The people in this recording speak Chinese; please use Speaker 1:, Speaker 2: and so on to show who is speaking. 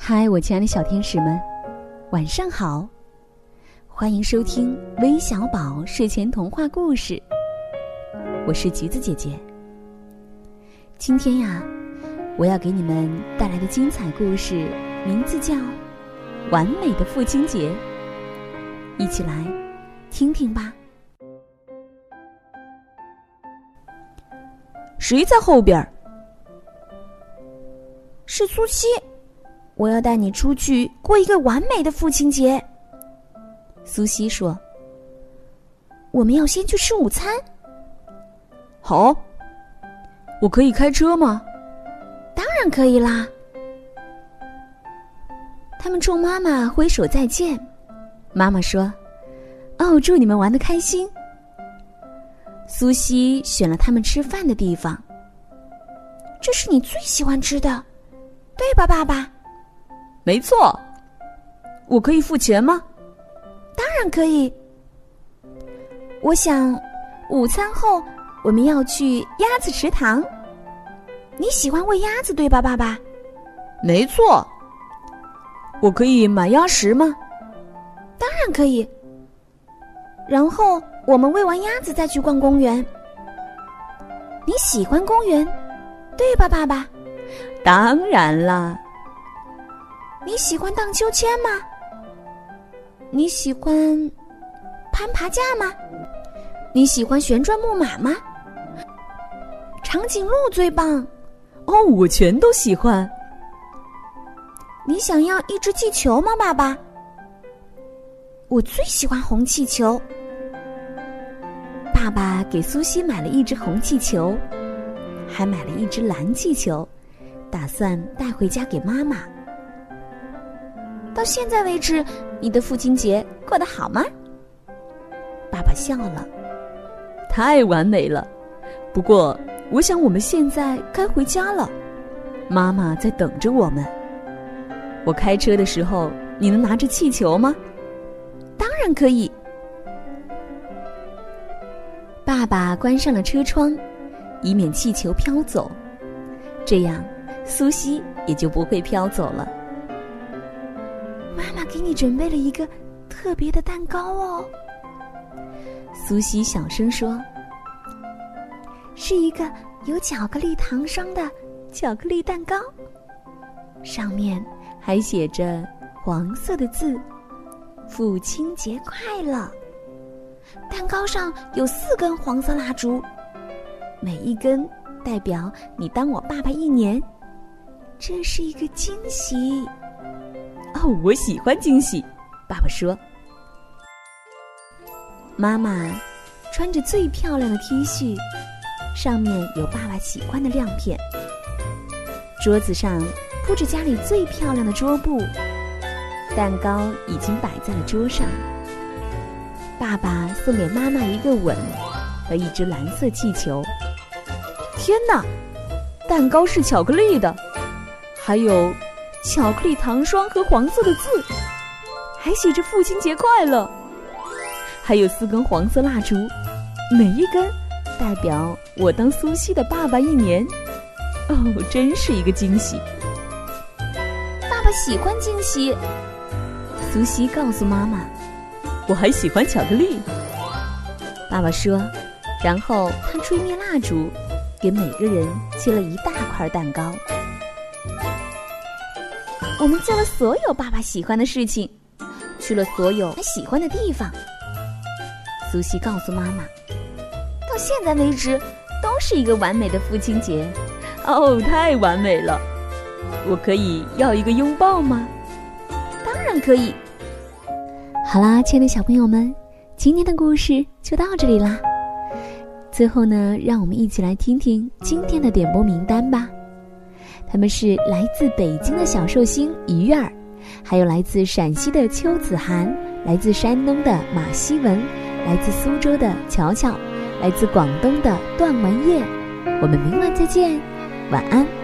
Speaker 1: 嗨，我亲爱的小天使们，晚上好！欢迎收听微小宝睡前童话故事，我是橘子姐姐。今天呀，我要给你们带来的精彩故事名字叫《完美的父亲节》，一起来听听吧。谁在后边？
Speaker 2: 是苏西，我要带你出去过一个完美的父亲节。
Speaker 1: 苏西说：“
Speaker 2: 我们要先去吃午餐。”
Speaker 1: 好，我可以开车吗？
Speaker 2: 当然可以啦。
Speaker 1: 他们冲妈妈挥手再见。妈妈说：“哦，祝你们玩得开心。”苏西选了他们吃饭的地方。
Speaker 2: 这是你最喜欢吃的，对吧，爸爸？
Speaker 1: 没错。我可以付钱吗？
Speaker 2: 当然可以。我想，午餐后我们要去鸭子池塘。你喜欢喂鸭子，对吧，爸爸？
Speaker 1: 没错。我可以买鸭食吗？
Speaker 2: 当然可以。然后我们喂完鸭子再去逛公园。你喜欢公园，对吧，爸爸？
Speaker 1: 当然啦。
Speaker 2: 你喜欢荡秋千吗？你喜欢攀爬架吗？你喜欢旋转木马吗？长颈鹿最棒。
Speaker 1: 哦，我全都喜欢。
Speaker 2: 你想要一只气球吗，爸爸？我最喜欢红气球。
Speaker 1: 爸爸给苏西买了一只红气球，还买了一只蓝气球，打算带回家给妈妈。
Speaker 2: 到现在为止，你的父亲节过得好吗？
Speaker 1: 爸爸笑了。太完美了。不过，我想我们现在该回家了。妈妈在等着我们。我开车的时候，你能拿着气球吗？
Speaker 2: 当然可以。
Speaker 1: 爸爸关上了车窗，以免气球飘走，这样苏西也就不会飘走了。
Speaker 2: 妈妈给你准备了一个特别的蛋糕哦。
Speaker 1: 苏西小声说：“
Speaker 2: 是一个有巧克力糖霜的巧克力蛋糕，上面还写着黄色的字：父亲节快乐。蛋糕上有4根黄色蜡烛，每一根代表你当我爸爸1年。这是一个惊喜。”
Speaker 1: 哦，我喜欢惊喜，爸爸说。妈妈穿着最漂亮的 T 恤，上面有爸爸喜欢的亮片。桌子上铺着家里最漂亮的桌布，蛋糕已经摆在了桌上。爸爸送给妈妈一个吻和一只蓝色气球。天哪，蛋糕是巧克力的，还有巧克力糖霜和黄色的字，还写着父亲节快乐。还有4根黄色蜡烛，每一根代表我当苏西的爸爸1年。哦，真是一个惊喜。
Speaker 2: 爸爸喜欢惊喜。
Speaker 1: 苏西告诉妈妈：“我还喜欢巧克力。”爸爸说，然后他吹灭蜡烛，给每个人切了一大块蛋糕。
Speaker 2: 我们做了所有爸爸喜欢的事情，去了所有他喜欢的地方。
Speaker 1: 苏西告诉妈妈：“
Speaker 2: 到现在为止，都是一个完美的父亲节。”
Speaker 1: 哦，太完美了！我可以要一个拥抱吗？
Speaker 2: 当然可以。
Speaker 1: 好啦，亲爱的小朋友们，今天的故事就到这里啦。最后呢，让我们一起来听听今天的点播名单吧。他们是来自北京的小寿星于儿，还有来自陕西的邱子涵，来自山东的马希文，来自苏州的乔乔，来自广东的段文业。我们明晚再见，晚安。